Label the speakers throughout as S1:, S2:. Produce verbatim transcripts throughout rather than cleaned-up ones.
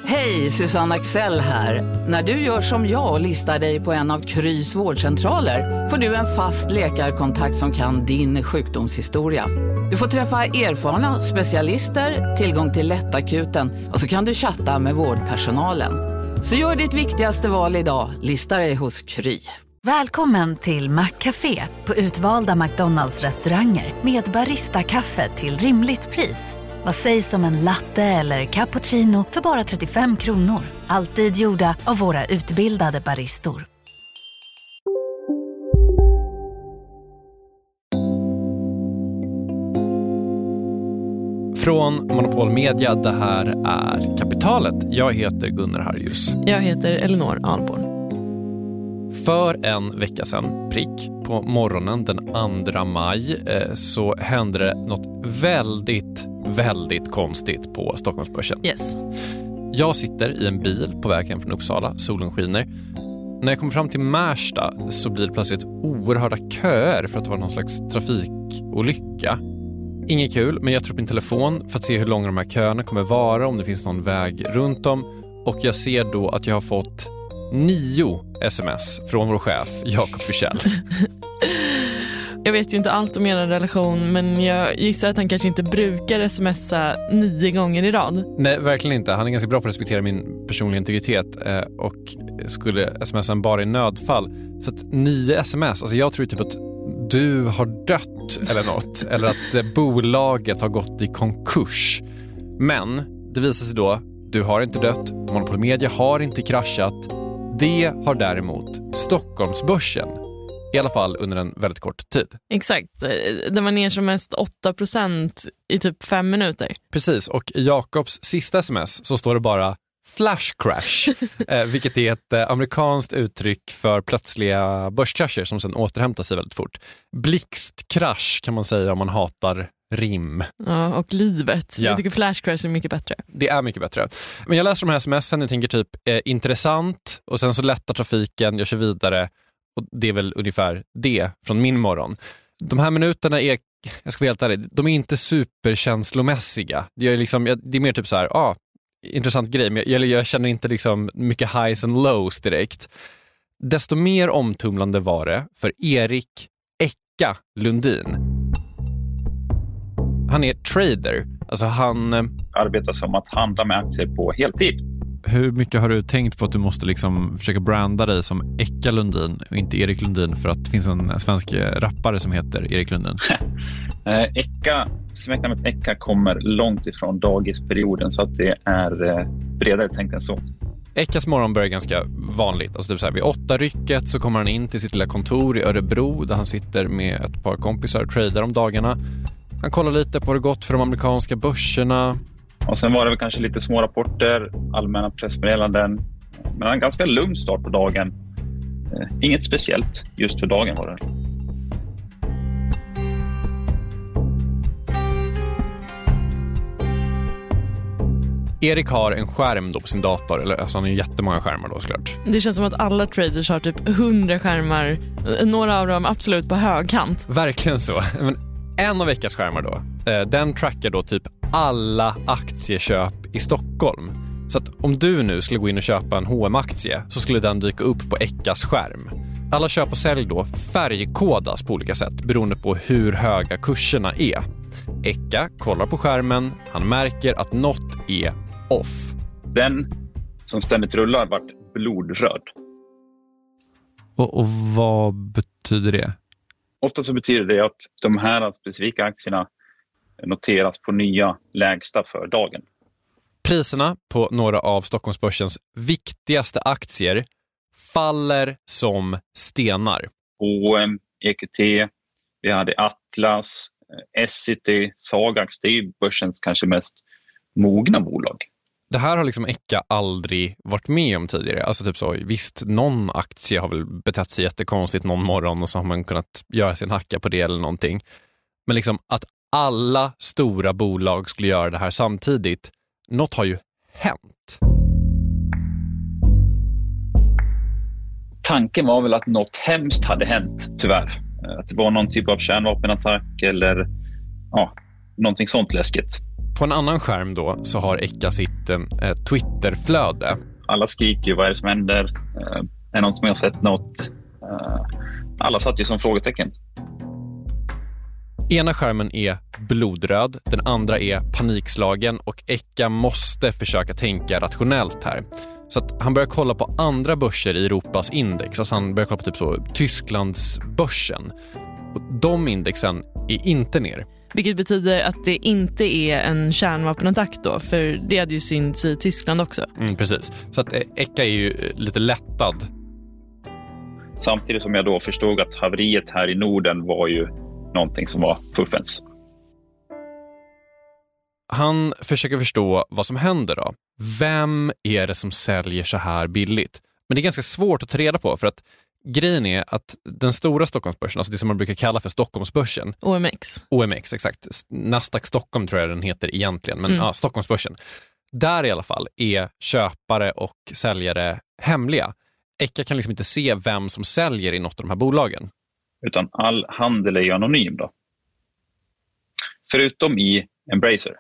S1: Hej, Susanne Axel här. När du gör som jag och listar dig på en av Krys vårdcentraler får du en fast läkarkontakt som kan din sjukdomshistoria. Du får träffa erfarna specialister, tillgång till lättakuten och så kan du chatta med vårdpersonalen. Så gör ditt viktigaste val idag, lista dig hos Kry.
S2: Välkommen till Maccafé på utvalda McDonalds-restauranger med barista-kaffe till rimligt pris. Vad sägs om en latte eller cappuccino för bara trettiofem kronor? Alltid gjorda av våra utbildade baristor.
S3: Från Monopol Media, det här är Kapitalet. Jag heter Gunnar Harjus.
S4: Jag heter Elinor Alborn.
S3: För en vecka sedan, prick, på morgonen den andra maj eh, så hände det något väldigt, väldigt konstigt på Stockholmsbörsen.
S4: Yes.
S3: Jag sitter i en bil på väg hem från Uppsala, solen skiner. När jag kommer fram till Märsta så blir det plötsligt oerhörda köer för att det var någon slags trafikolycka. Inget kul, men jag tar upp min telefon för att se hur långa de här köerna kommer vara, om det finns någon väg runt om. Och jag ser då att jag har fått nio sms från vår chef, Jakob Forssell.
S4: Jag vet ju inte allt om er relation, men jag gissar att han kanske inte brukar smsa nio gånger i rad. Nej,
S3: verkligen inte. Han är ganska bra på att respektera min personliga integritet eh, och skulle smsa bara i nödfall. Så att nio sms, alltså jag tror typ att du har dött eller något. Eller att eh, bolaget har gått i konkurs. Men det visar sig då, du har inte dött, Monopol Media har inte kraschat. Det har däremot Stockholmsbörsen. I alla fall under en väldigt kort tid.
S4: Exakt, det var ner som mest åtta procent i typ fem minuter.
S3: Precis, och i Jakobs sista sms så står det bara flash crash. eh, vilket är ett eh, amerikanskt uttryck för plötsliga börskrascher som sedan återhämtar sig väldigt fort. Blixtkrasch kan man säga om man hatar rim.
S4: Ja, och livet. Ja. Jag tycker flash crash är mycket bättre.
S3: Det är mycket bättre. Men jag läser de här smsen och tänker typ eh, intressant och sen så lättar trafiken, jag kör vidare. Och det är väl ungefär det från min morgon. De här minuterna är, jag ska vara helt ärlig, de är inte superkänslomässiga. Det är, liksom, det är mer typ så här, ah, intressant grej. Men jag, jag känner inte liksom mycket highs and lows direkt. Desto mer omtumlande var det för Erik Eka Lundin. Han är trader. Alltså han
S5: arbetar som att handla med aktier på heltid.
S3: Hur mycket har du tänkt på att du måste liksom försöka branda dig som Eka Lundin och inte Erik Lundin för att det finns en svensk rappare som heter Erik Lundin?
S5: Eka, smeknamnet Eka kommer långt ifrån dagisperioden så att det är bredare tänkt än så.
S3: Ekas morgon börjar ganska vanligt. Alltså typ så här, vid åtta rycket så kommer han in till sitt lilla kontor i Örebro där han sitter med ett par kompisar och tradar om dagarna. Han kollar lite på hur det gått för de amerikanska börserna.
S5: Och sen var det väl kanske lite små rapporter, allmänna pressmeddelanden. Men en ganska lugn start på dagen. Inget speciellt just för dagen var det.
S3: Erik har en skärm då på sin dator. Eller, alltså han har ju jättemånga skärmar då såklart.
S4: Det känns som att alla traders har typ hundra skärmar. Några av dem absolut på högkant.
S3: Verkligen så. Men en av veckans skärmar då, den trackar då typ alla aktieköp i Stockholm. Så att om du nu skulle gå in och köpa en H och M-aktie så skulle den dyka upp på Ekas skärm. Alla köp och sälj då färgkodas på olika sätt beroende på hur höga kurserna är. Eka kollar på skärmen, han märker att något är off.
S5: Den som ständigt rullar vart blodröd.
S3: Och, och vad betyder det?
S5: Ofta så betyder det att de här specifika aktierna noteras på nya lägsta för dagen.
S3: Priserna på några av Stockholmsbörsens viktigaste aktier faller som stenar.
S5: H och M, E Q T, vi hade Atlas, Essity, Sagax, det är börsens kanske mest mogna bolag.
S3: Det här har liksom Eka aldrig varit med om tidigare. Alltså typ så, visst, någon aktie har väl betett sig jättekonstigt någon morgon och så har man kunnat göra sin hacka på det eller någonting. Men liksom att alla stora bolag skulle göra det här samtidigt, något har ju hänt.
S5: Tanken var väl att något hemskt hade hänt, tyvärr. Att det var någon typ av kärnvapenattack eller ja, någonting sånt läskigt.
S3: På en annan skärm då så har Eka sitt eh, Twitterflöde.
S5: Alla skriker ju, vad är det som händer? Eh, är någon som jag har sett något? Eh, alla satt ju som frågetecken.
S3: Ena skärmen är blodröd, den andra är panikslagen och Eka måste försöka tänka rationellt här. Så att han börjar kolla på andra börser i Europas index. Alltså han börjar kolla på typ så Tysklands börsen. Och de indexen är inte ner.
S4: Vilket betyder att det inte är en kärnvapenattack då, för det hade ju synts i Tyskland också.
S3: Mm, precis. Så att Eka är ju lite lättad.
S5: Samtidigt som jag då förstod att haveriet här i Norden var ju någonting som var fuffens.
S3: Han försöker förstå vad som händer då. Vem är det som säljer så här billigt? Men det är ganska svårt att ta reda på, för att grejen är att den stora Stockholmsbörsen, alltså det som man brukar kalla för Stockholmsbörsen.
S4: O M X.
S3: O M X, exakt. Nasdaq Stockholm tror jag den heter egentligen, men mm. ja, Stockholmsbörsen. Där i alla fall är köpare och säljare hemliga. Eka kan liksom inte se vem som säljer i något av de här bolagen.
S5: Utan all handel är ju anonym då. Förutom i Embracer.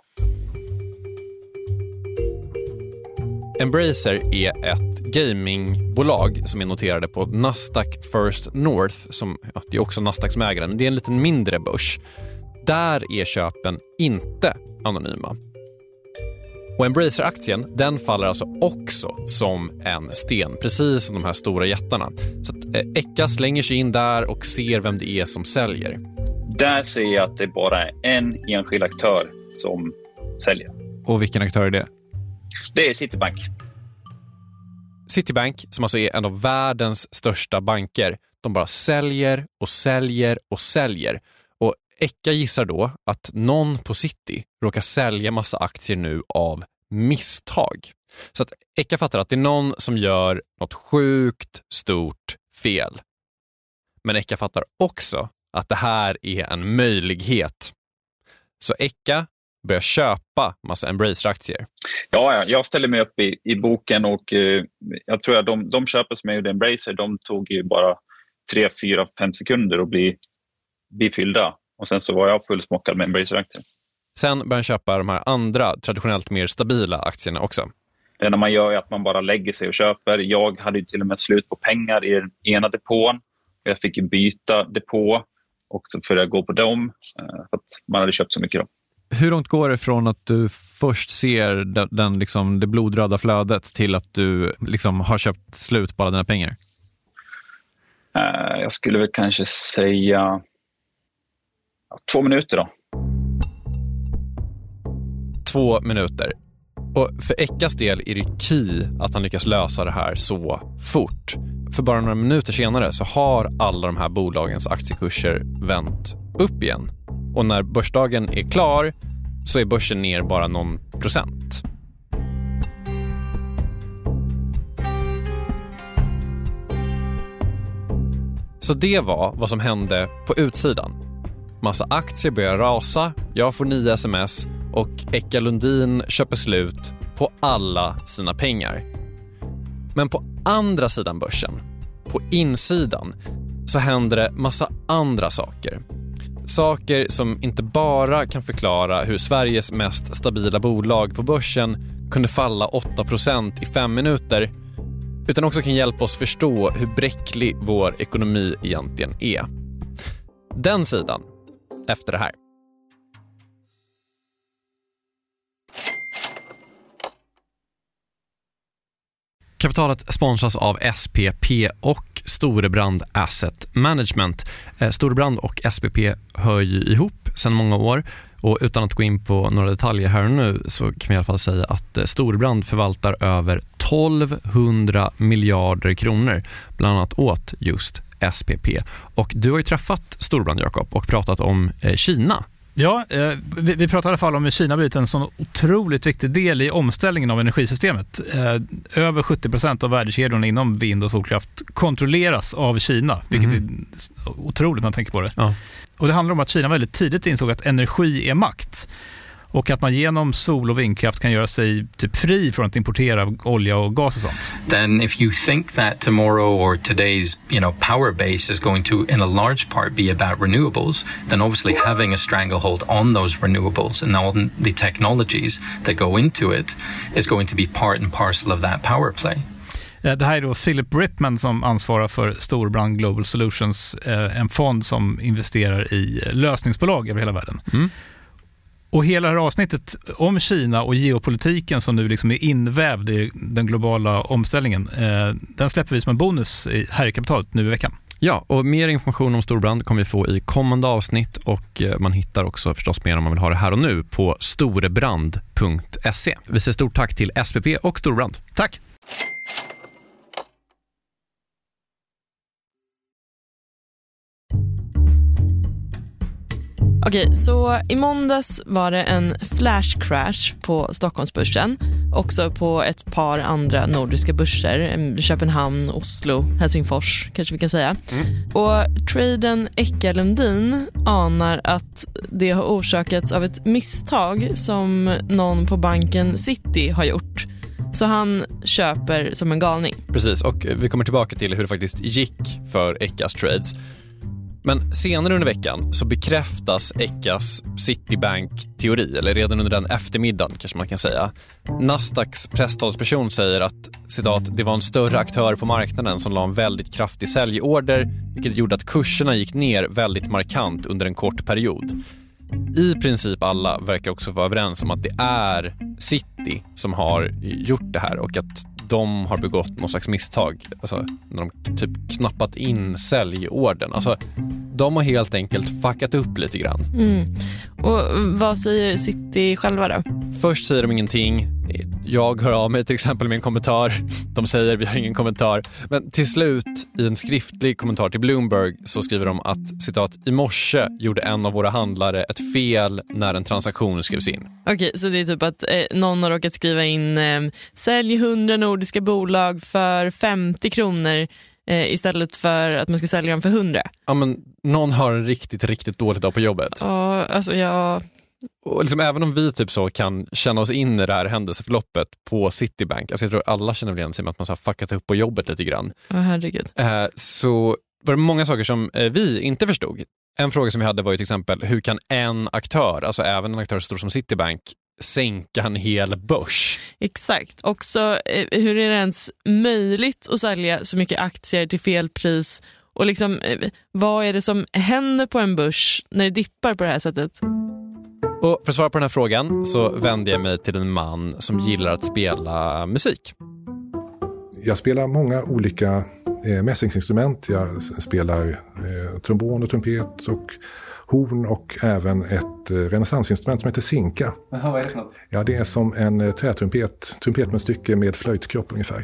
S3: Embracer är ett gamingbolag som är noterade på Nasdaq First North, som ja, det är också Nasdaq som äger den. Det är en liten mindre börs. Där är köpen inte anonyma. Och Embracer-aktien, den faller alltså också som en sten, precis som de här stora jättarna. Så att eh, Eka slänger sig in där och ser vem det är som säljer.
S5: Där ser jag att det bara är en enskild aktör som säljer.
S3: Och vilken aktör är det?
S5: Det är Citibank.
S3: Citibank, som alltså är en av världens största banker, de bara säljer och säljer och säljer. Och Eka gissar då att någon på Citi råkar sälja massa aktier nu av misstag. Så att Eka fattar att det är någon som gör något sjukt stort fel. Men Eka fattar också att det här är en möjlighet. Så Eka börjar köpa massa Embracer-aktier.
S5: Ja, jag ställer mig upp i, i boken och eh, jag tror att de, de köper som jag gjorde Embracer, de tog ju bara tre, fyra, fem sekunder att bli, bli fyllda. Och sen så var jag fullsmockad med Embracer-aktier.
S3: Sen börjar han köpa de här andra, traditionellt mer stabila aktierna också.
S5: Det när man gör är att man bara lägger sig och köper. Jag hade ju till och med slut på pengar i den ena depån. Jag fick ju byta depå också för att gå på dem. För att man hade köpt så mycket då.
S6: Hur långt går det från att du först ser den, den, liksom, det blodröda flödet till att du liksom, har köpt slut på alla dina pengar?
S5: Jag skulle väl kanske säga två minuter då.
S3: Två minuter. Och för Ekas del är det key att han lyckas lösa det här så fort. För bara några minuter senare så har alla de här bolagens aktiekurser vänt upp igen. Och när börsdagen är klar så är börsen ner bara någon procent. Så det var vad som hände på utsidan. Massa aktier börjar rasa, jag får nya sms och Eka Lundin köper slut på alla sina pengar. Men på andra sidan börsen, på insidan, så händer det massa andra saker. Saker som inte bara kan förklara hur Sveriges mest stabila bolag på börsen kunde falla åtta procent i fem minuter, utan också kan hjälpa oss förstå hur bräcklig vår ekonomi egentligen är. Den sidan, efter det här. Kapitalet sponsras av S P P och Storebrand Asset Management. Storebrand och S P P hör ju ihop sedan många år, och utan att gå in på några detaljer här och nu så kan vi i alla fall säga att Storebrand förvaltar över tolvhundra miljarder kronor, bland annat åt just S P P. Och du har ju träffat Storebrand, Jakob, och pratat om Kina.
S6: Ja, eh, vi, vi pratar i alla fall om hur Kina blivit en sån otroligt viktig del i omställningen av energisystemet. Eh, över sjuttio procent av värdekedjorna inom vind- och solkraft kontrolleras av Kina, vilket mm. är otroligt när man tänker på det. Ja. Och det handlar om att Kina väldigt tidigt insåg att energi är makt. och att man genom sol- och vindkraft kan göra sig typ fri från att importera olja och gas och sånt.
S7: Then if you think that tomorrow or today's, you know, power base is going to in a large part be about renewables, then obviously having a stranglehold on those renewables and all the technologies that go into it is going to be part and parcel of that power play.
S6: Det här är då Philip Ripman som ansvarar för Storebrand Global Solutions, en fond som investerar i lösningsbolag över hela världen. Mm. Och hela det här avsnittet om Kina och geopolitiken som nu liksom är invävd i den globala omställningen, den släpper vi som en bonus här i Kapitalet nu i veckan.
S3: Ja, och mer information om Storebrand kommer vi få i kommande avsnitt, och man hittar också förstås mer om man vill ha det här och nu på storebrand punkt se. Vi säger stort tack till S P P och Storebrand.
S6: Tack!
S4: Okej, så i måndags var det en flash crash på Stockholmsbörsen. Också på ett par andra nordiska börser. Köpenhamn, Oslo, Helsingfors kanske vi kan säga. Mm. Och traden Eka Lundin anar att det har orsakats av ett misstag som någon på banken City har gjort. Så han köper som en galning.
S3: Precis, och vi kommer tillbaka till hur det faktiskt gick för Ekas trades. Men senare under veckan så bekräftas Ekas Citibank-teori, eller redan under den eftermiddagen kanske man kan säga. Nasdaqs presstalsperson säger att, citat, det var en större aktör på marknaden som la en väldigt kraftig säljorder, vilket gjorde att kurserna gick ner väldigt markant under en kort period. I princip alla verkar också vara överens om att det är City som har gjort det här och att de har begått någon slags misstag, alltså när de typ knappat in säljorden. Alltså de har helt enkelt fuckat upp lite grann.
S4: Mm. Och vad säger City själva då?
S3: Först säger de ingenting. Jag hör av mig till exempel med en kommentar. De säger vi har ingen kommentar. Men till slut i en skriftlig kommentar till Bloomberg så skriver de att, citat, i morse gjorde en av våra handlare ett fel när en transaktion skrevs in.
S4: Okej, okay, så det är typ att eh, någon har råkat skriva in eh, sälj hundra nordiska bolag för femtio kronor eh, istället för att man ska sälja dem för hundra.
S3: Ja, men någon har en riktigt, riktigt dålig dag på jobbet.
S4: Ja, alltså jag...
S3: Och liksom, även om vi typ så kan känna oss in i det här händelseförloppet på Citibank, alltså jag tror alla känner igen sig med att man så har fuckat upp på jobbet lite grann.
S4: Åh, herregud.
S3: Eh, så var det många saker som eh, vi inte förstod. En fråga som vi hade var ju till exempel, hur kan en aktör, alltså även en aktör stor som Citibank, sänka en hel börs?
S4: Exakt. Också eh, hur är det ens möjligt att sälja så mycket aktier till fel pris? Och liksom, eh, vad är det som händer på en börs när det dippar på det här sättet?
S3: Och för att svara på den här frågan så vänder jag mig till en man som gillar att spela musik.
S8: Jag spelar många olika eh, mässingsinstrument. Jag spelar eh, trombon och trumpet och horn och även ett eh, renässansinstrument som heter sinka.
S3: Jaha, vad är det för något?
S8: Ja, det är som en eh, trätrumpet, trumpet med stycke med flöjtkropp ungefär.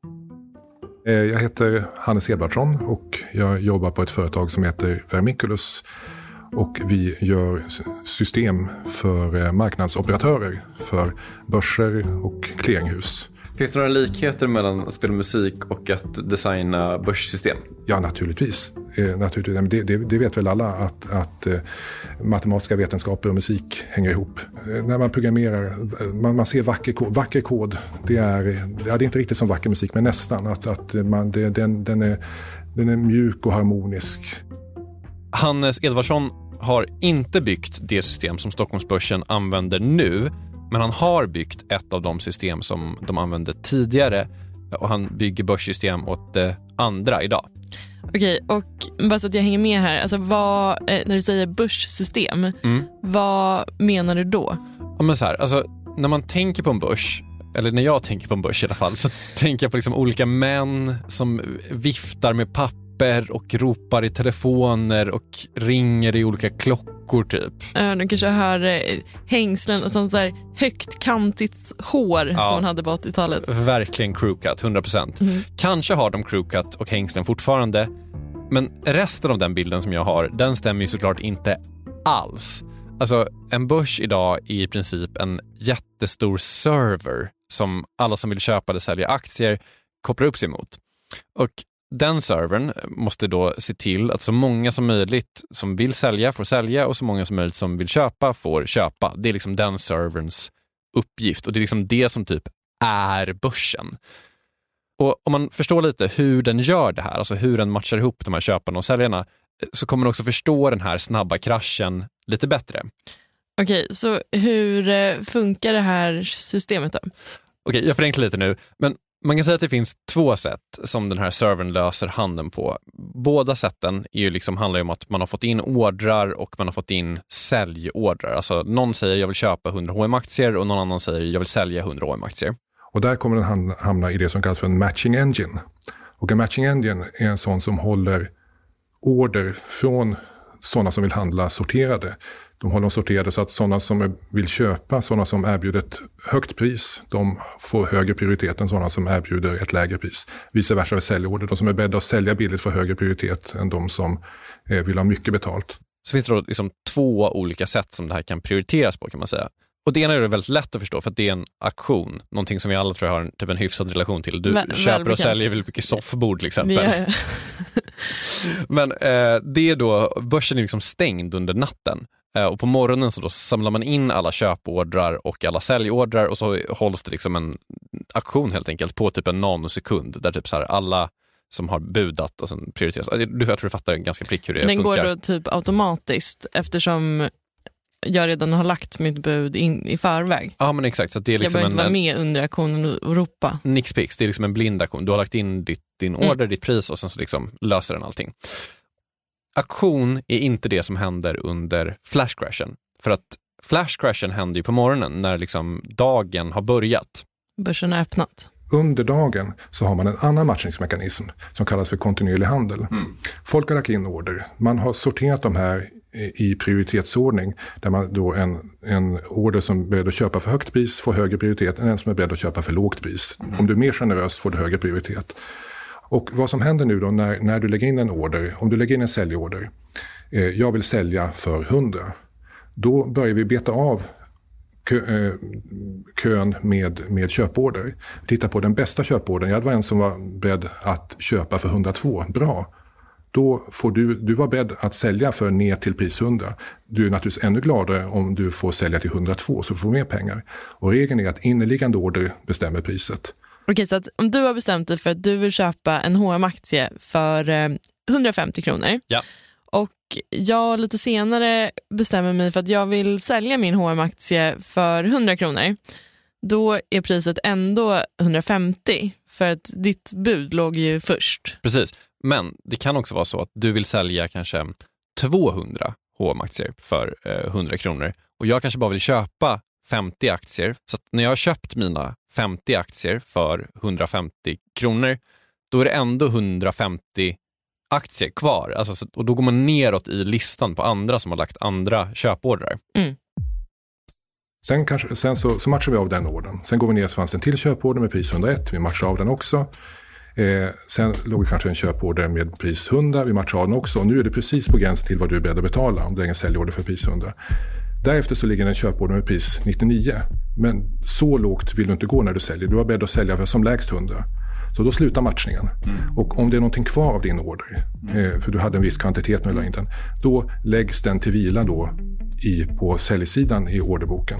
S8: Eh, jag heter Hannes Edvardsson och jag jobbar på ett företag som heter Vermiculus. Och vi gör system för marknadsoperatörer för börser och clearinghus.
S3: Finns det några likheter mellan att spela musik och att designa börssystem?
S8: Ja, naturligtvis. Eh, naturligtvis. Det, det, det vet väl alla att, att eh, matematiska vetenskaper och musik hänger ihop. Eh, när man programmerar, man, man ser vacker kod. Vacker kod, det är, ja, det är inte riktigt som vacker musik, men nästan. Att, att man, det, den, den, är, den är mjuk och harmonisk.
S3: Hannes Edvardsson har inte byggt det system som Stockholmsbörsen använder nu, men han har byggt ett av de system som de använde tidigare, och han bygger börssystem åt eh, andra idag.
S4: Okej, och bara så att jag hänger med här, alltså vad, eh, när du säger börssystem, mm. vad menar du då?
S3: Ja, men så här, alltså, när man tänker på en börs, eller när jag tänker på en börs i alla fall, så tänker jag på liksom olika män som viftar med papper och ropar i telefoner och ringer i olika klockor typ.
S4: Ja, du kanske hör eh, hängslen och sånt så här högt kantigt hår, ja, som man hade på åttiotalet.
S3: Verkligen crewcut, hundra procent. Mm. Kanske har de crewcut och hängslen fortfarande, men resten av den bilden som jag har, den stämmer ju såklart inte alls. Alltså, en börs idag är i princip en jättestor server som alla som vill köpa eller sälja aktier kopplar upp sig mot. Och den servern måste då se till att så många som möjligt som vill sälja får sälja och så många som möjligt som vill köpa får köpa. Det är liksom den serverns uppgift och det är liksom det som typ är börsen. Och om man förstår lite hur den gör det här, alltså hur den matchar ihop de här köparna och säljarna, så kommer man också förstå den här snabba kraschen lite bättre.
S4: Okej, så hur funkar det här systemet då?
S3: Okej, jag förenklar lite nu, men man kan säga att det finns två sätt som den här servern löser handeln på. Båda sätten är ju liksom, handlar ju om att man har fått in ordrar och man har fått in säljordrar. Alltså någon säger jag vill köpa hundra H M-aktier och någon annan säger jag vill sälja hundra H M-aktier.
S8: Och där kommer den hamna i det som kallas för en matching engine. Och en matching engine är en sån som håller order från sådana som vill handla sorterade. De håller dem sorterade så att sådana som vill köpa, sådana som erbjuder ett högt pris, de får högre prioritet än sådana som erbjuder ett lägre pris. Vice versa för säljorder. De som är beredda att sälja billigt får högre prioritet än de som vill ha mycket betalt.
S3: Så finns det då liksom två olika sätt som det här kan prioriteras på, kan man säga. Och det ena är det väldigt lätt att förstå för att det är en auktion. Någonting som vi alla tror jag har en, typ en hyfsad relation till. Du Men, köper och säljer väldigt mycket soffbord till exempel. Ja, ja. Men eh, det är då, börsen är liksom stängd under natten. Eh, och på morgonen så då samlar man in alla köpordrar och alla säljordrar och så hålls det liksom en auktion helt enkelt på typ en nanosekund. Där typ så här alla som har budat och sen prioriteras. Du, jag tror du fattar ganska prick hur det
S4: Den
S3: funkar.
S4: Den går då typ automatiskt eftersom jag redan har lagt mitt bud in i förväg.
S3: Ja, men exakt. Så det är liksom
S4: jag behöver
S3: en,
S4: inte vara med under auktionen och ropa.
S3: Nixpix, det är liksom en blind auktion. Du har lagt in ditt, din order, mm. ditt pris och sen så liksom löser den allting. Auktion är inte det som händer under flashcrashen. För att flashcrashen händer ju på morgonen när liksom dagen har börjat. Börsen är öppnat.
S8: Under dagen så har man en annan matchningsmekanism som kallas för kontinuerlig handel. Mm. Folk har lagt in order. Man har sorterat de här i prioritetsordning där man då en, en order som är beredd att köpa för högt pris får högre prioritet än en som är beredd att köpa för lågt pris. Mm. Om du är mer generös får du högre prioritet. Och vad som händer nu då när, när du lägger in en order, om du lägger in en säljorder, eh, jag vill sälja för hundra, då börjar vi beta av kö, eh, kön med, med köporder. Titta på den bästa köpordern, jag var en som var beredd att köpa för hundratvå, bra. Då får du, du var beredd att sälja för ner till pris hundra. Du är naturligtvis ännu gladare om du får sälja till hundratvå så du får mer pengar. Och regeln är att inneliggande order bestämmer priset.
S4: Okej, så att om du har bestämt dig för att du vill köpa en H M-aktie för eh, hundrafemtio kronor.
S3: Ja.
S4: Och jag lite senare bestämmer mig för att jag vill sälja min H M-aktie för hundra kronor. Då är priset ändå hundrafemtio för att ditt bud låg ju först.
S3: Precis. Men det kan också vara så att du vill sälja kanske tvåhundra H M-aktier för eh, hundra kronor. Och jag kanske bara vill köpa femtio aktier. Så att när jag har köpt mina femtio aktier för hundrafemtio kronor, då är det ändå hundrafemtio aktier kvar. Alltså, så, och då går man neråt i listan på andra som har lagt andra köpordrar.
S4: Mm.
S8: Sen, kanske, sen så, så matchar vi av den orden. Sen går vi ner så fanns en till köporder med pris hundraett. Vi matchar av den också. Eh, sen låg det kanske en köporder med pris hundra, vi matchar av den också och nu är det precis på gränsen till vad du är beredd att betala om det är en säljorder för pris hundra. Därefter så ligger en köporder med pris nittionio, men så lågt vill du inte gå när du säljer, du är beredd att sälja för som lägst hundra. Så då slutar matchningen. Mm. Och om det är någonting kvar av din order, eh, för du hade en viss kvantitet när du la in den, då läggs den till vila då i, på säljsidan i orderboken.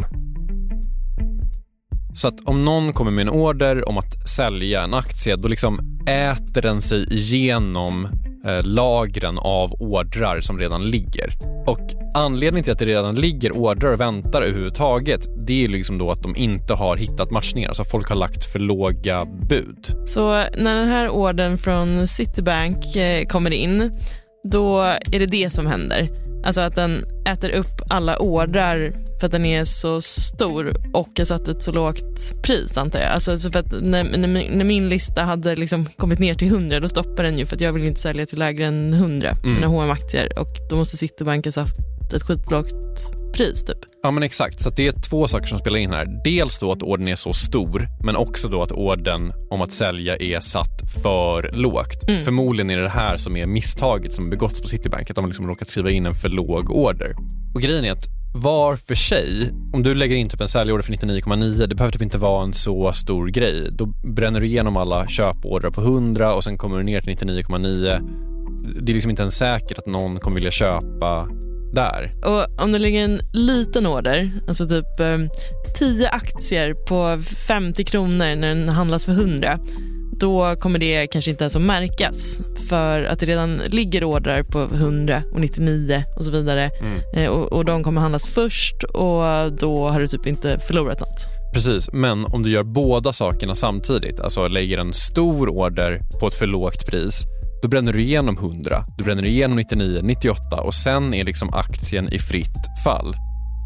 S3: Så att om någon kommer med en order om att sälja en aktie, då liksom äter den sig igenom eh, lagren av ordrar som redan ligger. Och anledningen till att det redan ligger ordrar och väntar överhuvudtaget, det är liksom då att de inte har hittat matchningar. Alltså folk har lagt för låga bud.
S4: Så när den här ordern från Citibank eh, kommer in, då är det det som händer. Alltså att den äter upp alla ordrar för att den är så stor och har satt ett så lågt pris, antar jag. Alltså för att när, när min lista hade liksom kommit ner till hundra, då stoppar den ju för att jag vill inte sälja till lägre än hundra mm. mina H M-aktier. Och då måste Citibank ha satt ett skitlågt pris typ.
S3: Ja, men exakt. Så att det är två saker som spelar in här. Dels då att ordern är så stor, men också då att ordern om att sälja är satt för lågt. Mm. Förmodligen är det det här som är misstaget som begåtts på Citibank, att de har liksom råkat skriva in en för låg order. Och grejen är att var för sig, om du lägger in typ en säljorder för nittionio komma nio, det behöver typ inte vara en så stor grej. Då bränner du igenom alla köpordrar på hundra och sen kommer du ner till nittionio komma nio. Det är liksom inte ens säkert att någon kommer vilja köpa där.
S4: Och om det ligger en liten order, alltså typ eh, tio aktier på femtio kronor när den handlas för hundra, då kommer det kanske inte ens att märkas, för att det redan ligger ordrar på hundra och nittionio och så vidare. Mm. eh, och, och de kommer handlas först, och då har du typ inte förlorat något.
S3: Precis, men om du gör båda sakerna samtidigt, alltså lägger en stor order på ett för lågt pris, då bränner du igenom hundra, du bränner igenom nittionio, nittioåtta och sen är liksom aktien i fritt fall.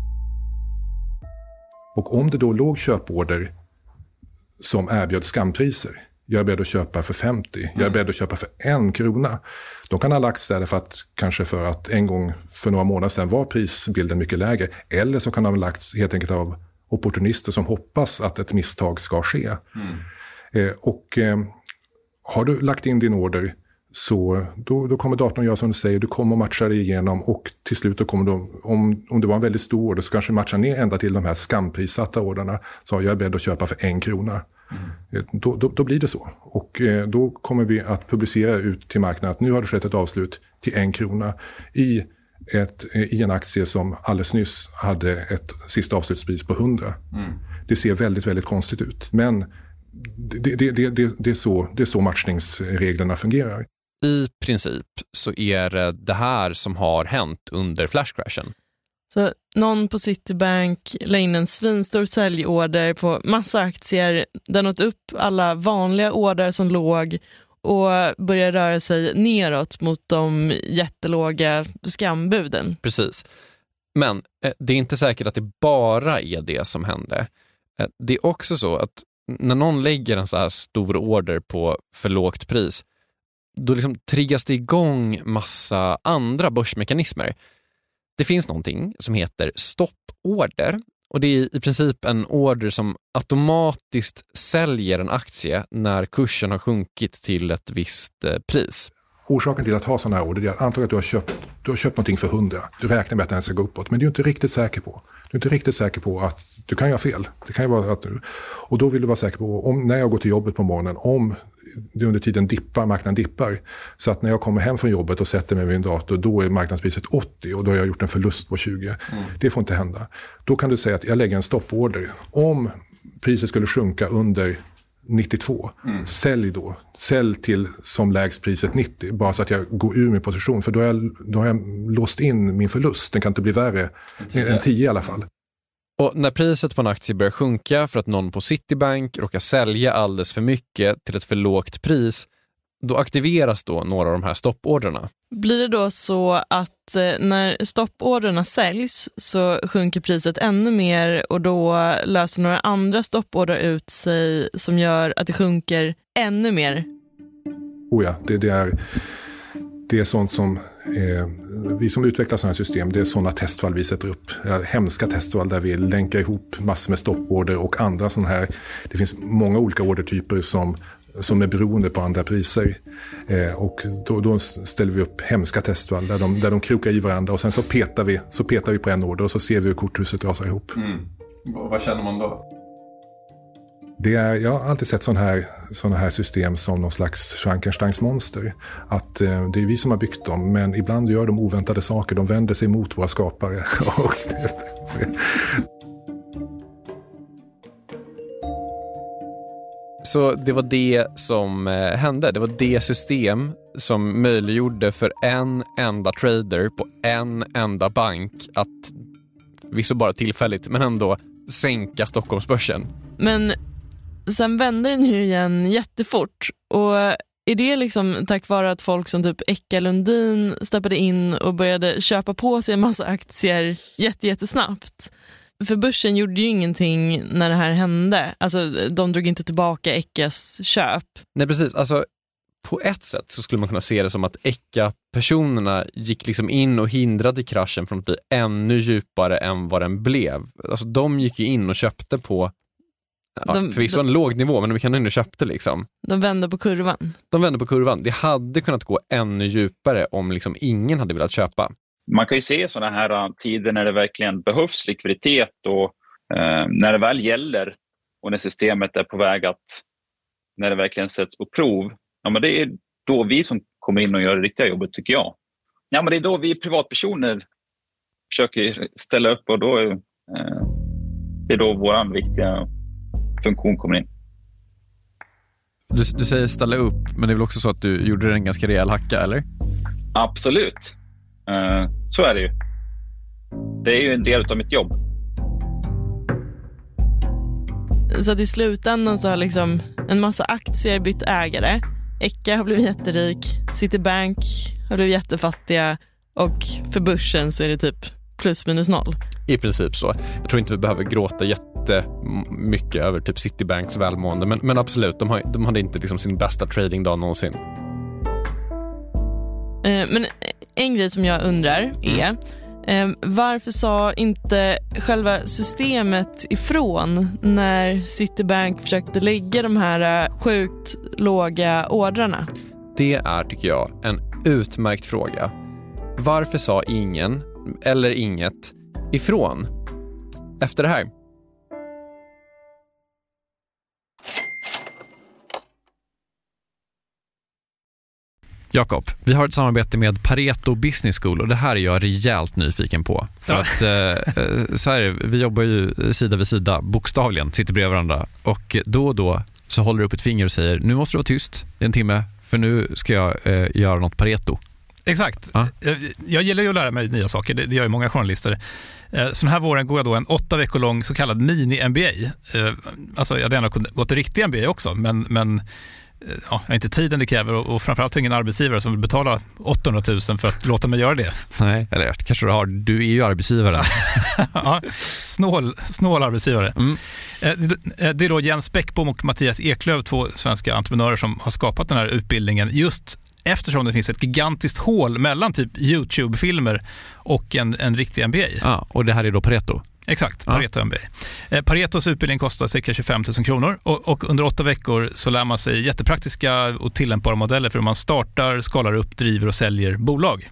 S8: Och om det då låg köporder som erbjöd skampriser, jag är beredd att köpa för femtio, jag är beredd att köpa för en krona, då kan alla aktier för att kanske för att en gång för några månader sedan var prisbilden mycket lägre, eller så kan de ha lagts helt enkelt av opportunister som hoppas att ett misstag ska ske. Mm. Eh, och eh, har du lagt in din order, så då, då kommer datorn göra som du säger, du kommer att matcha det igenom, och till slut då kommer du, om, om det var en väldigt stor order, så kanske matcha ner ända till de här skamprissatta orderna, så jag är beredd att köpa för en krona. Mm. Då, då, då blir det så. Och eh, då kommer vi att publicera ut till marknaden att nu har det skett ett avslut till en krona i, ett, eh, i en aktie som alldeles nyss hade ett sista avslutspris på hundra. Mm. Det ser väldigt, väldigt konstigt ut. Men det, det, det, det, det, är så, det är så matchningsreglerna fungerar.
S3: I princip så är det det här som har hänt under flashcrashen.
S4: Så någon på Citibank la in en svinstor säljorder på massa aktier, den åt upp alla vanliga order som låg och började röra sig neråt mot de jättelåga skambuden.
S3: Precis. Men eh, det är inte säkert att det bara är det som hände. Eh, det är också så att när någon lägger en så här stor order på för lågt pris, då liksom triggas det igång massa andra börsmekanismer. Det finns någonting som heter stopporder, och det är i princip en order som automatiskt säljer en aktie när kursen har sjunkit till ett visst pris.
S8: Orsaken till att ha sådana här order är att anta att du har köpt, du har köpt någonting för hundra. Du räknar med att den ska gå uppåt, men du är inte riktigt säker på. Du är inte riktigt säker på att du kan göra fel. Det kan ju vara att du, och då vill du vara säker på, om när jag går till jobbet på morgonen, om det under tiden dippar, marknaden dippar, så att när jag kommer hem från jobbet och sätter mig vid en dator, då är marknadspriset åttio och då har jag gjort en förlust på tjugo. Mm. Det får inte hända. Då kan du säga att jag lägger en stopporder. Om priset skulle sjunka under nittiotvå, mm. sälj då. Sälj till som lägst priset nittio, bara så att jag går ur min position, för då har jag, då har jag låst in min förlust. Den kan inte bli värre än tio i alla fall.
S3: Och när priset på en aktie börjar sjunka för att någon på Citibank råkar sälja alldeles för mycket till ett för lågt pris, då aktiveras då några av de här stopporderna.
S4: Blir det då så att när stopporderna säljs så sjunker priset ännu mer, och då löser några andra stoppordrar ut sig som gör att det sjunker ännu mer?
S8: Oh ja, det, det är det är sånt som eh, vi som utvecklar sådana här system, det är sådana testfall vi sätter upp. Ja, hemska testfall där vi länkar ihop massor med stopporder och andra sådana här. Det finns många olika ordertyper som som är beroende på andra priser. Eh, och då, då ställer vi upp hemska testfall där de, där de krokar i varandra, och sen så petar vi, så petar vi på en order och så ser vi hur korthuset rasar ihop.
S3: Mm. Vad känner man då?
S8: Det är, jag har alltid sett sådana här, såna här system som någon slags Frankensteins monster. Att eh, det är vi som har byggt dem, men ibland gör de oväntade saker. De vänder sig mot våra skapare.
S3: Så det var det som hände. Det var det system som möjliggjorde för en enda trader på en enda bank att, visst bara tillfälligt, men ändå sänka Stockholmsbörsen.
S4: Men sen vände den ju igen jättefort, och är det liksom tack vare att folk som typ Eka Lundin steppade in och började köpa på sig en massa aktier jätte, jättesnabbt? För börsen gjorde ju ingenting när det här hände. Alltså, de drog inte tillbaka Ekas köp.
S3: Nej, precis. Alltså, på ett sätt så skulle man kunna se det som att Eka-personerna gick liksom in och hindrade kraschen från att bli ännu djupare än vad den blev. Alltså, de gick ju in och köpte på ja, de, förvisso de, en låg nivå, men de kan ändå köpte liksom.
S4: De vände på kurvan.
S3: De vände på kurvan. Det hade kunnat gå ännu djupare om liksom ingen hade velat köpa.
S5: man kan ju se sådana här tider när det verkligen behövs likviditet och eh, när det väl gäller och när systemet är på väg att, när det verkligen sätts på prov, ja, men det är då vi som kommer in och gör det riktiga jobbet, tycker jag. Ja, men det är då vi privatpersoner försöker ställa upp, och då, eh, det är då vår viktiga funktion kommer in.
S3: Du, du säger ställa upp, men det är väl också så att du gjorde en ganska rejäl hacka, eller?
S5: Absolut. Uh, så är det ju. Det är ju en del av mitt jobb.
S4: Så att i slutändan så har liksom en massa aktier bytt ägare. Eka har blivit jätterik, Citibank har blivit jättefattiga, och för börsen så är det typ plus minus noll.
S3: I princip så. Jag tror inte vi behöver gråta jättemycket över typ Citibanks välmående, men, men absolut, de, har, de hade inte liksom sin bästa tradingdag någonsin.
S4: Uh, men en grej som jag undrar är mm. eh, varför sa inte själva systemet ifrån när Citibank försökte lägga de här sjukt låga ordrarna?
S3: Det är, tycker jag, en utmärkt fråga. Varför sa ingen eller inget ifrån efter det här? Jakob, vi har ett samarbete med Pareto Business School, och det här är jag rejält nyfiken på. För ja. att eh, så här, vi jobbar ju sida vid sida, bokstavligen, sitter bredvid varandra. Och då och då så håller du upp ett finger och säger, nu måste du vara tyst i en timme, för nu ska jag eh, göra något Pareto.
S6: Exakt.
S3: Ja.
S6: Jag gillar ju att lära mig nya saker, det gör ju många journalister. Så den här våren går jag då en åtta veckor lång så kallad mini-M B A. Alltså jag hade gärna gått till riktig M B A också, men, men ja, jag har inte tiden det kräver, och, och framförallt ingen arbetsgivare som vill betala åttahundratusen för att låta mig göra det.
S3: Nej, eller kanske du har. Du är ju arbetsgivaren.
S6: Ja, snål, snål arbetsgivare. Mm. Det är då Jens Bäckbom och Mattias Eklöf, två svenska entreprenörer som har skapat den här utbildningen just eftersom det finns ett gigantiskt hål mellan typ YouTube-filmer och en, en riktig M B A.
S3: Ja, och det här är då Pareto?
S6: Exakt, Pareto ja. M B A. Eh, Paretos utbildning kostar cirka tjugofem tusen kronor, och, och under åtta veckor så lär man sig jättepraktiska och tillämpbara modeller för hur man startar, skalar upp, driver och säljer bolag.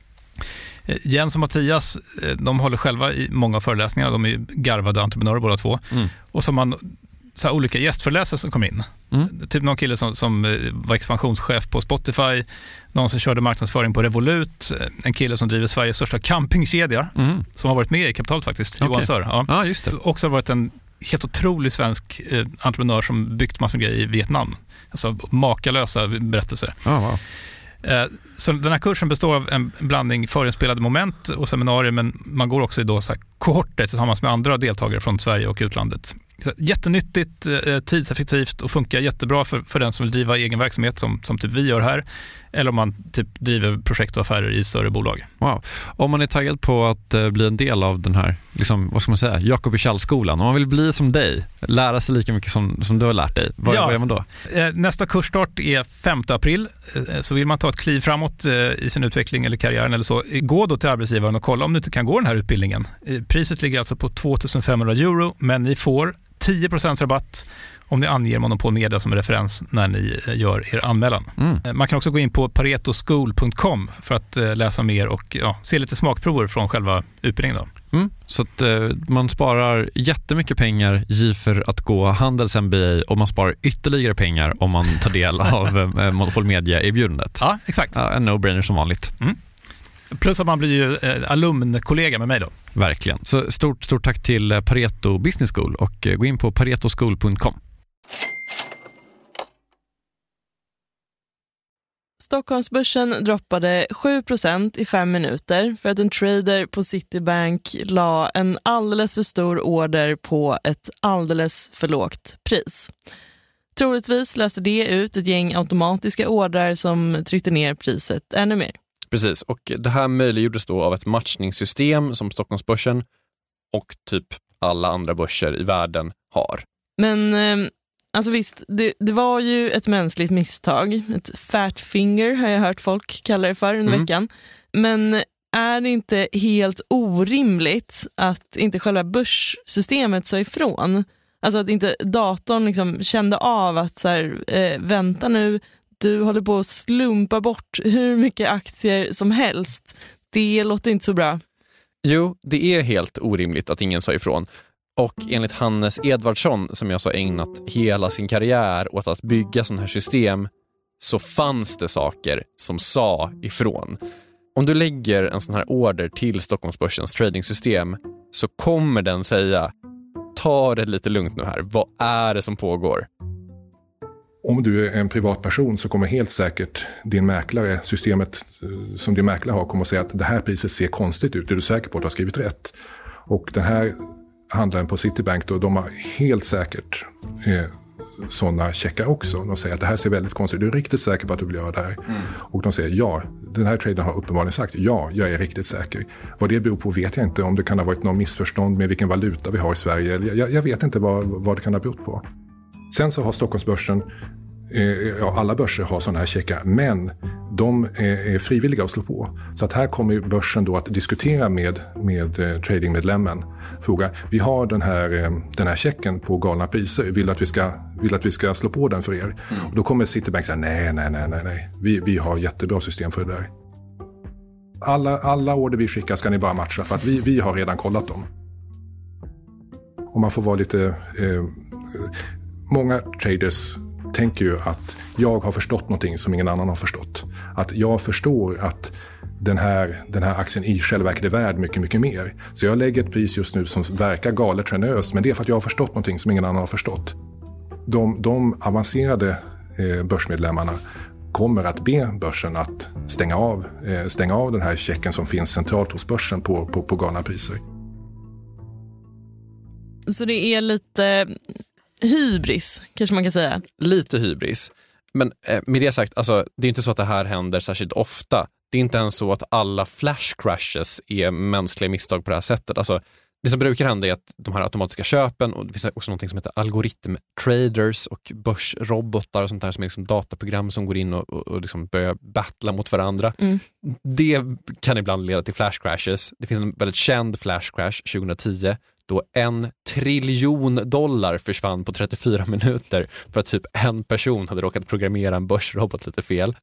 S6: Eh, Jens och Mattias, eh, de håller själva i många föreläsningar, de är garvade entreprenörer båda två. Mm. Och som man så här olika gästföreläsare som kom in. Mm. Typ någon kille som, som var expansionschef på Spotify, någon som körde marknadsföring på Revolut, en kille som driver Sveriges största campingkedja, mm. som har varit med i kapitalet faktiskt, okay. Johan Sör. Ja.
S3: Ah, just det.
S6: Också har varit en helt otrolig svensk eh, entreprenör som byggt massor med grejer i Vietnam. Alltså makalösa berättelser.
S3: Oh, wow.
S6: eh, så den här kursen består av en blandning förinspelade moment och seminarier, men man går också i då så här kohorter tillsammans med andra deltagare från Sverige och utlandet. Jättenyttigt, tidseffektivt och funkar jättebra för, för den som vill driva egen verksamhet som, som typ vi gör här, eller om man typ driver projekt och affärer i större bolag.
S3: Wow. Om man är taggad på att uh, bli en del av den här, liksom, vad ska man säga, Jakob i Kjellskolan, om man vill bli som dig, lära sig lika mycket som, som du har lärt dig, vad, ja. vad gör man då?
S6: Nästa kursstart är femte april, så vill man ta ett kliv framåt i sin utveckling eller karriären eller så, gå då till arbetsgivaren och kolla om du inte kan gå den här utbildningen. Priset ligger alltså på tvåtusenfemhundra euro, men ni får tio procent rabatt om ni anger Monopol Media som referens när ni gör er anmälan. Mm. Man kan också gå in på pareto school punkt com för att läsa mer och ja, se lite smakprover från själva utbildningen då.
S3: Mm. Så att eh, man sparar jättemycket pengar i för att gå Handels M B A, och man sparar ytterligare pengar om man tar del av eh, Monopol Media-erbjudandet.
S6: Ja, exakt.
S3: Ja, en no-brainer som vanligt. Mm.
S6: Plus att man blir ju eh, alumnkollega med mig då.
S3: Verkligen. Så stort, stort tack till Pareto Business School, och eh, gå in på pareto school punkt com.
S4: Stockholmsbörsen droppade sju procent i fem minuter för att en trader på Citibank la en alldeles för stor order på ett alldeles för lågt pris. Troligtvis löste det ut ett gäng automatiska ordrar som tryckte ner priset ännu mer.
S3: Precis, och det här möjliggjordes då av ett matchningssystem som Stockholmsbörsen och typ alla andra börser i världen har.
S4: Men eh, alltså visst, det, det var ju ett mänskligt misstag. Ett fat finger har jag hört folk kalla det för under mm. veckan. Men är det inte helt orimligt att inte själva börssystemet sa ifrån? Alltså att inte datorn liksom kände av att så här, eh, vänta nu, du håller på att slumpa bort hur mycket aktier som helst Det låter inte så bra.
S3: Jo, det är helt orimligt att ingen sa ifrån. Och enligt Hannes Edvardsson, som jag så ägnat hela sin karriär åt att bygga sådana här system, så fanns det saker som sa ifrån. Om du lägger en sån här order till Stockholmsbörsens tradingsystem så kommer den säga: ta det lite lugnt nu här, vad är det som pågår?
S8: Om du är en privatperson så kommer helt säkert din mäklare, systemet som din mäklare har, kommer att säga att det här priset ser konstigt ut. Är du säker på att du har skrivit rätt? Och den här handlaren på Citibank då, de har helt säkert eh, sådana checkar också. De säger att det här ser väldigt konstigt ut. Du är riktigt säker på att du vill göra det här. Mm. Och de säger ja, den här tradern har uppenbarligen sagt ja, jag är riktigt säker. Vad det beror på vet jag inte. Om det kan ha varit någon missförstånd med vilken valuta vi har i Sverige. Jag, jag vet inte vad, vad det kan ha berott på. Sen så har Stockholmsbörsen, eh, ja, alla börser har sådana här checkar, men de är, är frivilliga att slå på. Så att här kommer börsen då att diskutera med, med eh, tradingmedlemmen. Fråga, vi har den här, eh, den här checken på galna priser, vill att vi ska, vill att vi ska slå på den för er? Mm. Och då kommer Citibank säga, nej, nej, nej, nej, nej. Vi, vi har jättebra system för det där. Alla, alla order vi skickar ska ni bara matcha för att vi, vi har redan kollat dem. Och man får vara lite... Eh, många traders tänker ju att jag har förstått någonting som ingen annan har förstått. Att jag förstår att den här, den här aktien i själva verket är värd mycket, mycket mer. Så jag lägger ett pris just nu som verkar galet generöst, men det är för att jag har förstått någonting som ingen annan har förstått. De, de avancerade eh, börsmedlemmarna kommer att be börsen att stänga av, eh, stänga av den här checken som finns centralt hos börsen på, på, på galna priser.
S4: Så det är lite hybris, kanske man kan säga.
S3: Lite hybris. Men eh, med det sagt, alltså, det är inte så att det här händer särskilt ofta. Det är inte ens så att alla flash crashes är mänskliga misstag på det här sättet. Alltså, det som brukar hända är att de här automatiska köpen, och det finns också något som heter algoritmtraders och börsrobotar och sånt där som är liksom dataprogram som går in och, och, och liksom börjar battla mot varandra. Mm. Det kan ibland leda till flash crashes. Det finns en väldigt känd flash crash tjugohundratio då en triljon dollar försvann på trettiofyra minuter för att typ en person hade råkat programmera en börsrobot lite fel.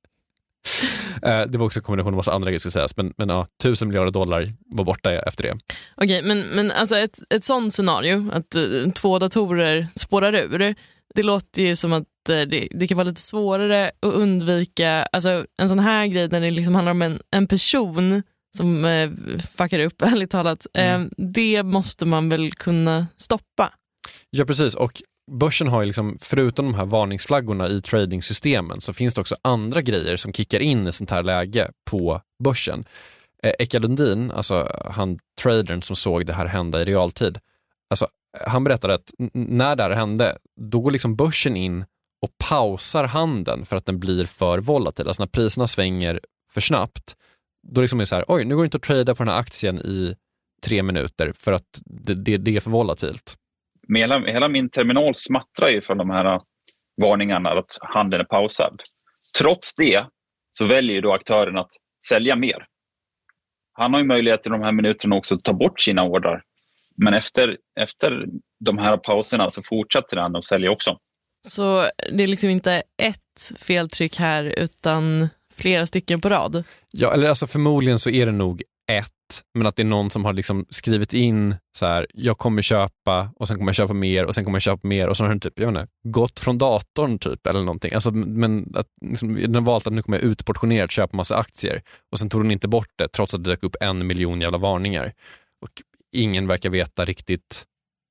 S3: Det var också en kombination av massa andra grejer ska sägas, men, men ja, tusen miljarder dollar var borta efter det.
S4: Okej, men, men alltså ett, ett sånt scenario, att uh, två datorer spårar ur, det låter ju som att uh, det, det kan vara lite svårare att undvika, alltså en sån här grej när det liksom handlar om en, en person som uh, fuckar upp, ärligt talat. Mm. Uh, det måste man väl kunna stoppa?
S3: Ja, precis. Och börsen har ju liksom, förutom de här varningsflaggorna i tradingsystemen, så finns det också andra grejer som kickar in i sånt här läge på börsen. Eh, Eka Lundin, alltså han tradern som såg det här hända i realtid, alltså, han berättade att n- när det här hände, då går liksom börsen in och pausar handeln för att den blir för volatil. Alltså när priserna svänger för snabbt, då liksom är det så här, oj, nu går det inte att trada på den här aktien i tre minuter för att det, det, det är för volatilt.
S5: Hela, hela min terminal smattrar ju från de här varningarna att handeln är pausad. Trots det så väljer ju då aktören att sälja mer. Han har ju möjlighet i de här minuterna också att ta bort sina ordrar. Men efter, efter de här pauserna så fortsätter han att sälja också.
S4: Så det är liksom inte ett feltryck här utan flera stycken på rad?
S3: Ja, eller alltså förmodligen så är det nog ett. Men att det är någon som har liksom skrivit in så här, jag kommer köpa och sen kommer jag köpa mer och sen kommer jag köpa mer och så har den typ, jag vet inte, gått från datorn typ eller någonting. Alltså, men att liksom, den har valt att nu kommer jag utportionerat köpa massa aktier och sen tog den inte bort det trots att det dök upp en miljon jävla varningar. Och ingen verkar veta riktigt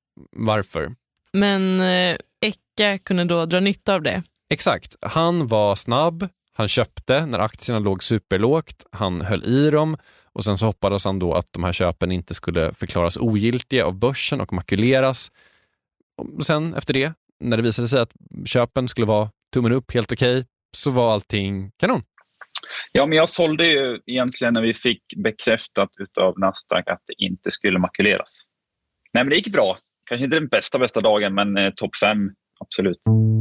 S3: varför.
S4: Men eh, Eka kunde då dra nytta av det?
S3: Exakt. Han var snabb. Han köpte när aktierna låg superlågt. Han höll i dem. Och sen så hoppades han då att de här köpen inte skulle förklaras ogiltiga av börsen och makuleras. Och sen efter det, när det visade sig att köpen skulle vara tummen upp helt okej, så var allting kanon.
S5: Ja, men jag sålde ju egentligen när vi fick bekräftat utav Nasdaq att det inte skulle makuleras. Nej, men det gick bra. Kanske inte den bästa bästa dagen, men eh, topp fem, absolut.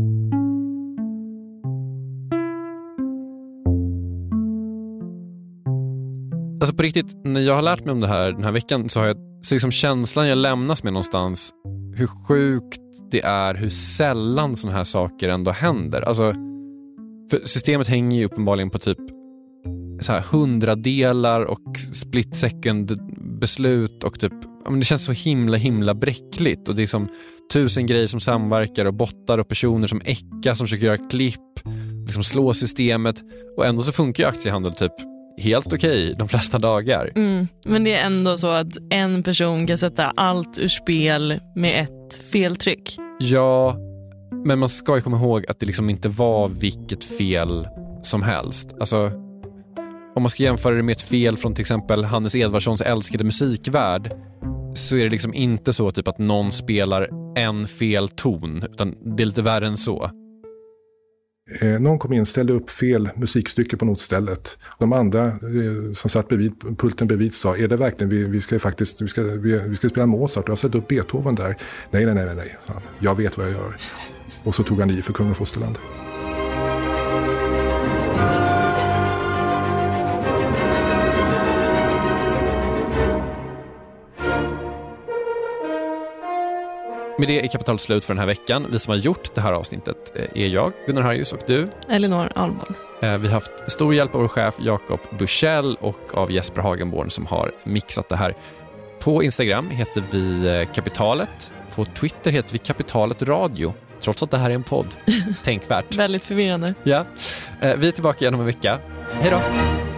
S3: Alltså på riktigt, när jag har lärt mig om det här den här veckan så har jag så liksom känslan jag lämnas med någonstans hur sjukt det är, hur sällan såna här saker ändå händer. Alltså, för systemet hänger ju uppenbarligen på typ så här hundradelar och split second beslut och typ, men det känns så himla himla bräckligt och det är som tusen grejer som samverkar och bottar och personer som äcka som försöker göra klipp, liksom slå systemet och ändå så funkar ju aktiehandel typ helt okej okay, de flesta dagar.
S4: Mm, men det är ändå så att en person kan sätta allt ur spel med ett feltryck.
S3: Ja, men man ska ju komma ihåg att det liksom inte var vilket fel som helst. Alltså, om man ska jämföra det med ett fel från till exempel Hannes Edvardssons älskade musikvärld så är det liksom inte så typ att någon spelar en fel ton, utan det är lite värre än så.
S8: Eh, någon kom in och ställde upp fel musikstycke på notstället. De andra eh, som satt bredvid, pulten bredvid sa, är det verkligen, vi, vi ska faktiskt vi ska, vi, vi ska spela Mozart och jag har satt upp Beethoven där. Nej, nej, nej, nej, nej. Så han, jag vet vad jag gör. Och så tog han i för kung och fosterland.
S3: Med det är Kapitalet slut för den här veckan. Vi som har gjort det här avsnittet är jag, Gunnar Harjus, och du,
S4: Elinor Alborn.
S3: Vi har haft stor hjälp av vår chef Jakob Buschell och av Jesper Hagenborn som har mixat det här. På Instagram heter vi Kapitalet. På Twitter heter vi Kapitalet Radio. Trots att det här är en podd. Tänkvärt.
S4: Väldigt förvirrande.
S3: Ja. Vi är tillbaka igen om en vecka. Hej då!